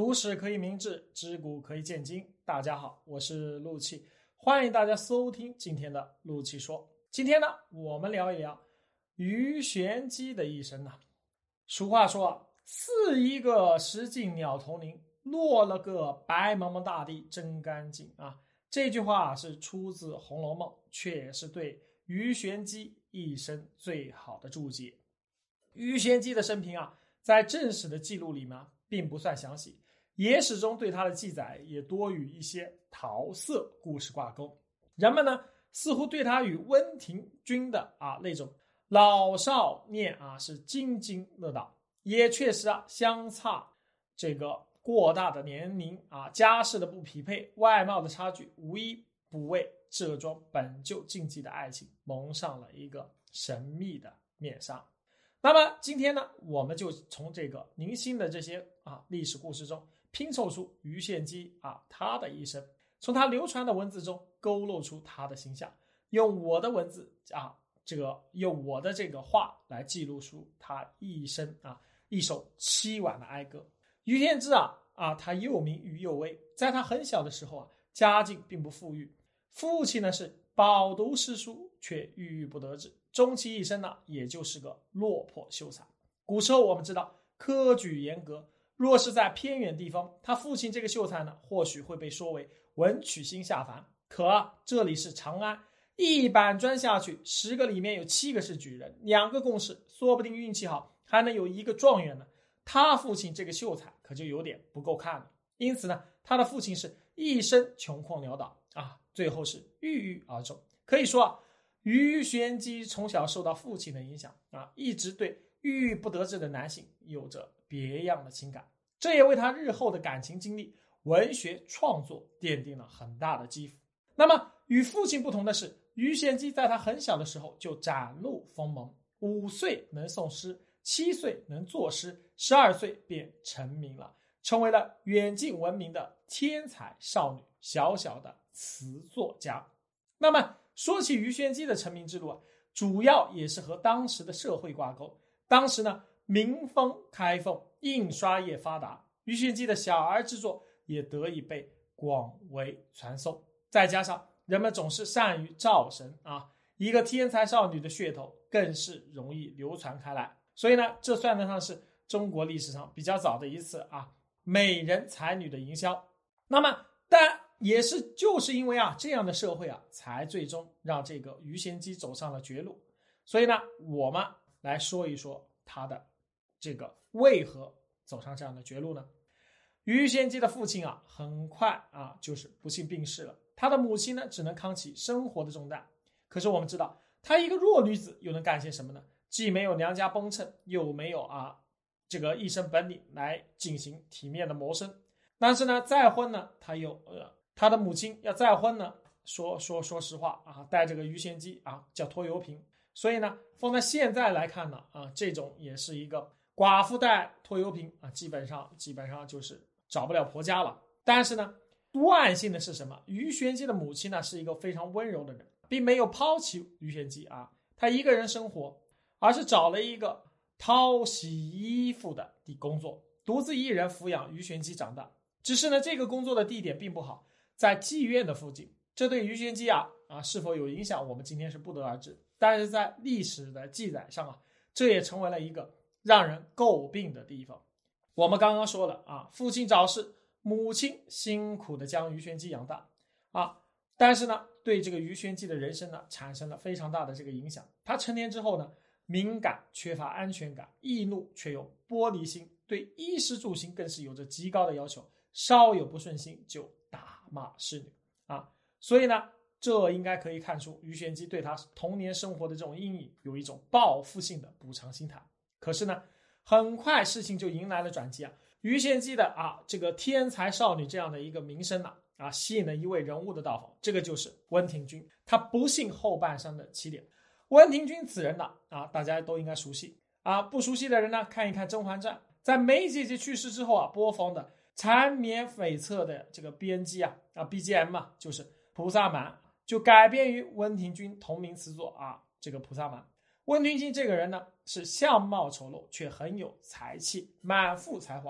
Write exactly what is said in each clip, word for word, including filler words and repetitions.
读史可以明志，知古可以鉴今。大家好，我是陆琪，欢迎大家收听今天的陆琪说。今天呢，我们聊一聊鱼玄机的一生呢。俗话说啊，似一个石径鸟投林，落了个白茫茫大地真干净啊。这句话是出自《红楼梦》，却也是对鱼玄机一生最好的注解。鱼玄机的生平啊，在正史的记录里面并不算详细，野史中对他的记载也多与一些桃色故事挂钩。人们呢，似乎对他与温庭筠的啊那种老少念啊是津津乐道，也确实啊相差这个过大的年龄啊、家世的不匹配、外貌的差距，无一不为这桩本就禁忌的爱情蒙上了一个神秘的面纱。那么今天呢，我们就从这个零星的这些啊历史故事中拼凑出鱼玄机啊他的一生，从他流传的文字中勾勒出他的形象，用我的文字啊这个用我的这个话来记录出他一生啊一首凄婉的哀歌。于天之啊啊他又名于右威，在他很小的时候啊，家境并不富裕，父亲呢是饱读诗书，却郁郁不得志，终其一生呢，也就是个落魄秀才。古时候我们知道科举严格，若是在偏远地方，他父亲这个秀才呢，或许会被说为文曲星下凡。可啊，这里是长安，一板砖下去，十个里面有七个是举人，两个贡士，说不定运气好还能有一个状元呢。他父亲这个秀才可就有点不够看了，因此呢，他的父亲是一生穷困潦倒啊，最后是郁郁而终。可以说啊，鱼玄机从小受到父亲的影响啊，一直对郁郁不得志的男性有着别样的情感，这也为他日后的感情经历、文学创作奠定了很大的基础。那么与父亲不同的是，鱼玄机在他很小的时候就展露锋芒，五岁能诵诗，七岁能作诗，十二岁便成名了，成为了远近闻名的天才少女，小小的词作家。那么说起鱼玄机的成名之路啊，主要也是和当时的社会挂钩。当时呢，民风开放，印刷业发达，鱼玄机的小儿之作也得以被广为传颂。再加上人们总是善于造神啊，一个天才少女的噱头更是容易流传开来。所以呢，这算得上是中国历史上比较早的一次啊美人才女的营销。那么但也是就是因为啊这样的社会啊，才最终让这个鱼玄机走上了绝路。所以呢，我们来说一说他的这个为何走上这样的绝路呢？鱼玄机的父亲啊，很快啊就是不幸病逝了，他的母亲呢，只能扛起生活的重担。可是我们知道，她一个弱女子又能干些什么呢？既没有娘家帮衬，又没有啊这个一身本领来进行体面的谋生。但是呢，再婚呢，他又呃，他的母亲要再婚呢，说说说实话啊，带这个鱼玄机啊叫拖油瓶。所以呢，放在现在来看呢，啊，这种也是一个寡妇带拖油瓶啊，基本上基本上就是找不了婆家了。但是呢，万幸的是什么？鱼玄机的母亲呢，是一个非常温柔的人，并没有抛弃鱼玄机啊，他一个人生活，而是找了一个淘洗衣服的工作，独自一人抚养鱼玄机长大。只是呢，这个工作的地点并不好，在妓院的附近，这对鱼玄机啊啊是否有影响，我们今天是不得而知。但是在历史的记载上啊，这也成为了一个让人诟病的地方。我们刚刚说了啊，父亲早逝，母亲辛苦的将鱼玄机养大啊，但是呢，对这个鱼玄机的人生呢，产生了非常大的这个影响。他成年之后呢，敏感，缺乏安全感，易怒却有玻璃心，对衣食住行更是有着极高的要求，稍有不顺心就打骂侍女啊。所以呢，这应该可以看出鱼玄机对他童年生活的这种阴影有一种报复性的补偿心态。可是呢，很快事情就迎来了转机啊。鱼玄机的啊这个天才少女这样的一个名声啊啊吸引了一位人物的到访，这个就是温庭筠。他不幸后半生的起点。温庭筠此人呢啊大家都应该熟悉啊，不熟悉的人呢看一看《甄嬛传》，在梅姐姐去世之后啊播放的缠绵悱恻的这个编辑啊啊 B G M 啊就是菩萨蛮，就改编于温庭筠同名词作啊这个菩萨蛮。温庭筠这个人呢是相貌丑陋却很有才气，满腹才华，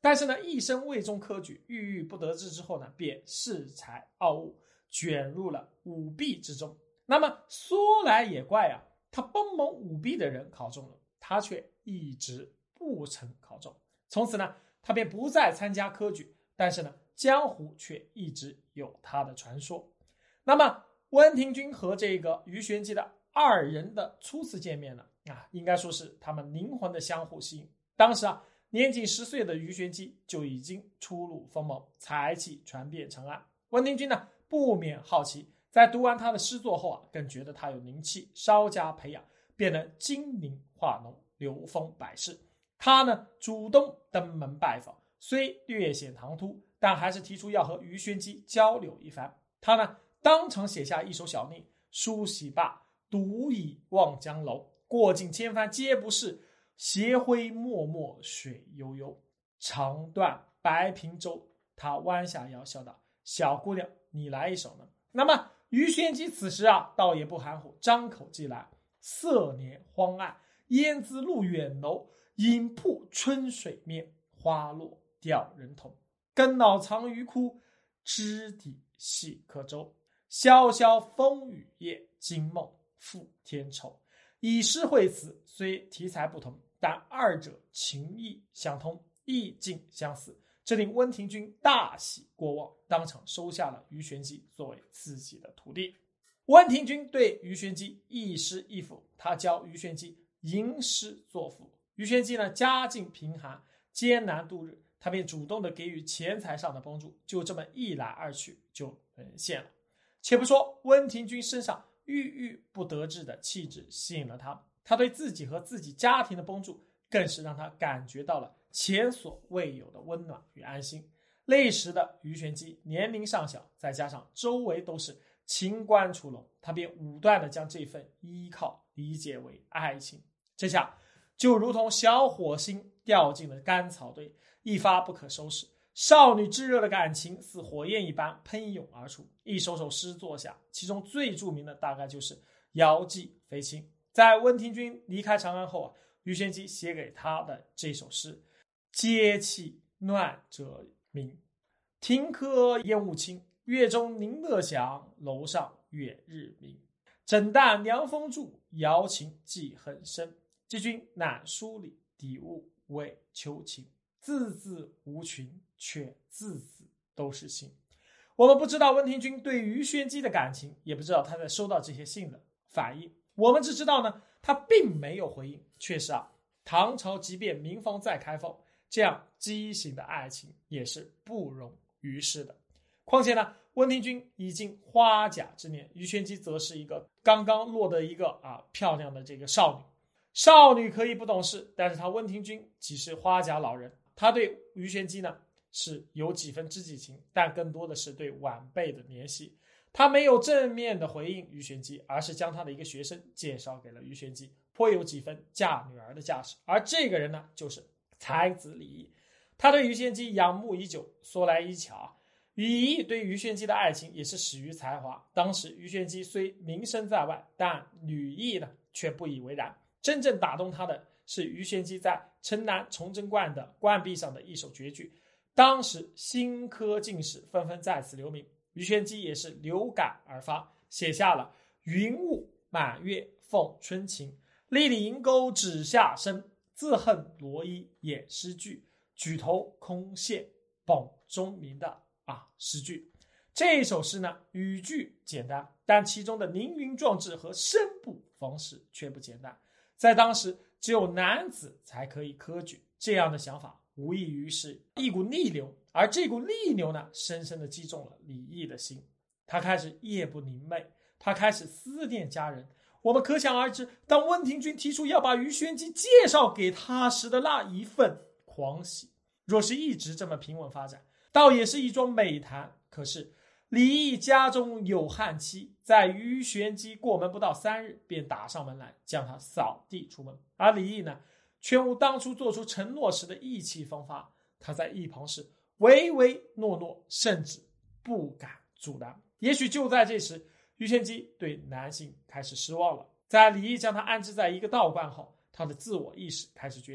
但是呢，一生未中科举，郁郁不得志之后呢，便恃才傲物，卷入了舞弊之中。那么说来也怪啊，他帮忙舞弊的人考中了，他却一直不曾考中。从此呢，他便不再参加科举，但是呢，江湖却一直有他的传说。那么温庭筠和这个鱼玄机的二人的初次见面呢，啊，应该说是他们灵魂的相互吸引。当时啊，年仅十岁的鱼玄机就已经初露锋芒，才气传遍长安。温庭筠呢，不免好奇，在读完他的诗作后啊，更觉得他有灵气，稍加培养，变得精灵化浓，流风百世。他呢，主动登门拜访，虽略显唐突，但还是提出要和鱼玄机交流一番。他呢，当场写下一首小令：梳洗罢，独倚望江楼，过尽千帆皆不是，斜晖脉脉水悠悠。长断白平洲。他弯下腰笑道：小姑娘，你来一首呢？那么鱼玄机此时啊，倒也不含糊，张口即来：色年荒暗，烟姿路远楼，影铺春水面，花落吊人头。根脑藏鱼窟，枝底系客舟。潇潇风雨夜，惊梦复添愁。以诗会词，虽题材不同，但二者情意相通，意境相似，这令温庭筠大喜过望，当场收下了鱼玄机作为自己的徒弟。温庭筠对鱼玄机亦师亦辅，他教鱼玄机吟诗作赋。鱼玄机呢，家境贫寒，艰难度日，他便主动的给予钱财上的帮助，就这么一来二去就沦陷了。且不说温庭筠身上郁郁不得志的气质吸引了他，他对自己和自己家庭的帮助更是让他感觉到了前所未有的温暖与安心。那时的鱼玄机年龄尚小，再加上周围都是情关出笼，他便武断地将这份依靠理解为爱情。这下就如同小火星掉进了干草堆，一发不可收拾。少女炙热的感情似火焰一般喷涌而出，一首首诗作下，其中最著名的大概就是《遥寄飞卿》。在温庭筠离开长安后啊，鱼玄机写给他的这首诗：阶气暖者鸣，庭柯烟雾轻，月中宁乐响，楼上月日明。枕淡凉风住，瑶琴寄恨深。寄君乃书里，底物为求情。字字无群，却字字都是信。我们不知道温庭筠对鱼玄机的感情，也不知道他在收到这些信的反应。我们只知道呢，他并没有回应。确实啊，唐朝即便民风再开放，这样畸形的爱情也是不容于世的。况且呢，温庭筠已经花甲之年，鱼玄机则是一个刚刚落得一个啊漂亮的这个少女。少女可以不懂事，但是他温庭筠既是花甲老人，他对鱼玄机呢是有几分知己情，但更多的是对晚辈的怜惜。他没有正面的回应鱼玄机，而是将他的一个学生介绍给了鱼玄机，颇有几分嫁女儿的架势。而这个人呢，就是才子李益。他对鱼玄机仰慕已久。说来一巧，李益对鱼玄机的爱情也是始于才华。当时鱼玄机虽名声在外，但李益呢却不以为然。真正打动他的是鱼玄机在城南崇祯观的观壁上的一首绝句。当时新科进士纷纷在此留名，鱼玄机也是有感而发，写下了云雾满月凤春情，历历银钩指下身，自恨罗衣掩诗句，举头空羡捧钟鸣的啊诗句。这首诗呢，语句简单，但其中的凌云壮志和生不逢时却不简单。在当时，只有男子才可以科举，这样的想法无异于是一股逆流，而这股逆流呢，深深地击中了李益的心。他开始夜不宁寐，他开始思念家人。我们可想而知，当温庭筠提出要把鱼玄机介绍给他时的那一份狂喜，若是一直这么平稳发展，倒也是一桩美谈。可是李益家中有悍妻，在鱼玄机过门不到三日，便打上门来，将他扫地出门。而李益呢，全无当初做出承诺时的意气风发，他在一旁是唯唯诺诺，甚至不敢阻拦。也许就在这时，鱼玄机对男性开始失望了。在李益将他安置在一个道观后，他的自我意识开始觉醒。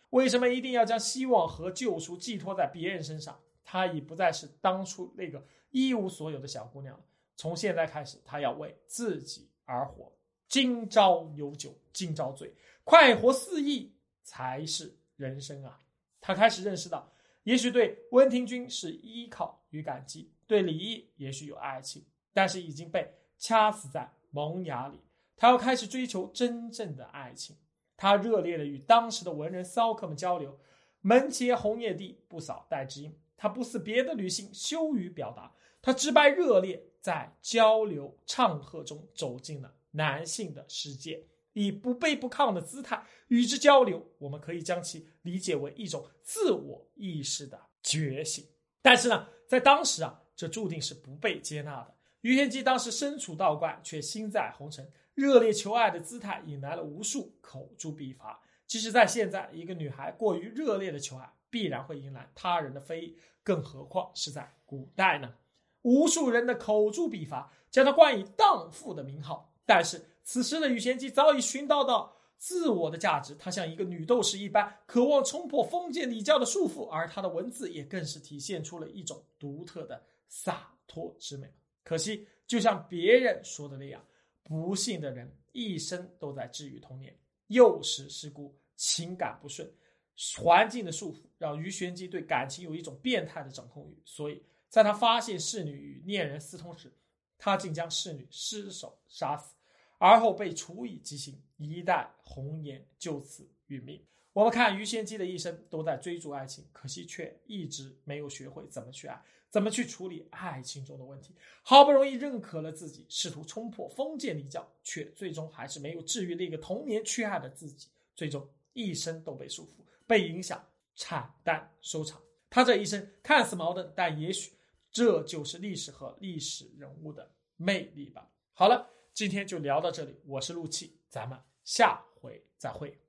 为什么一定要将希望和救赎寄托在别人身上？她已不再是当初那个一无所有的小姑娘了。从现在开始，她要为自己而活。今朝有酒今朝醉，快活肆意才是人生啊！她开始认识到，也许对温庭筠是依靠与感激，对李益也许有爱情，但是已经被掐死在萌芽里。她要开始追求真正的爱情。她热烈地与当时的文人骚客们交流，门前红叶地，不扫待知音。她不似别的女性羞于表达，她直白热烈，在交流唱和中走进了男性的世界，以不卑不亢的姿态与之交流。我们可以将其理解为一种自我意识的觉醒。但是呢，在当时啊，这注定是不被接纳的。鱼玄机当时身处道观，却心在红尘，热烈求爱的姿态引来了无数口诛笔伐。即使在现在，一个女孩过于热烈的求爱，必然会迎来他人的非议，更何况是在古代呢？无数人的口诛笔伐，将她冠以荡妇的名号。但是此时的鱼玄机早已寻到到自我的价值，她像一个女斗士一般，渴望冲破封建礼教的束缚，而她的文字也更是体现出了一种独特的洒脱之美。可惜，就像别人说的那样，不幸的人一生都在治愈童年，幼时失孤，情感不顺，环境的束缚让鱼玄机对感情有一种变态的掌控欲，所以在他发现侍女与恋人私通时，他竟将侍女失手杀死，而后被处以极刑，一代红颜就此殒命。我们看鱼玄机的一生都在追逐爱情，可惜却一直没有学会怎么去爱，怎么去处理爱情中的问题。好不容易认可了自己，试图冲破封建礼教，却最终还是没有治愈那个童年缺爱的自己，最终一生都被束缚，被影响，惨淡收场。他这一生看似矛盾，但也许这就是历史和历史人物的魅力吧。好了，今天就聊到这里，我是陆气，咱们下回再会。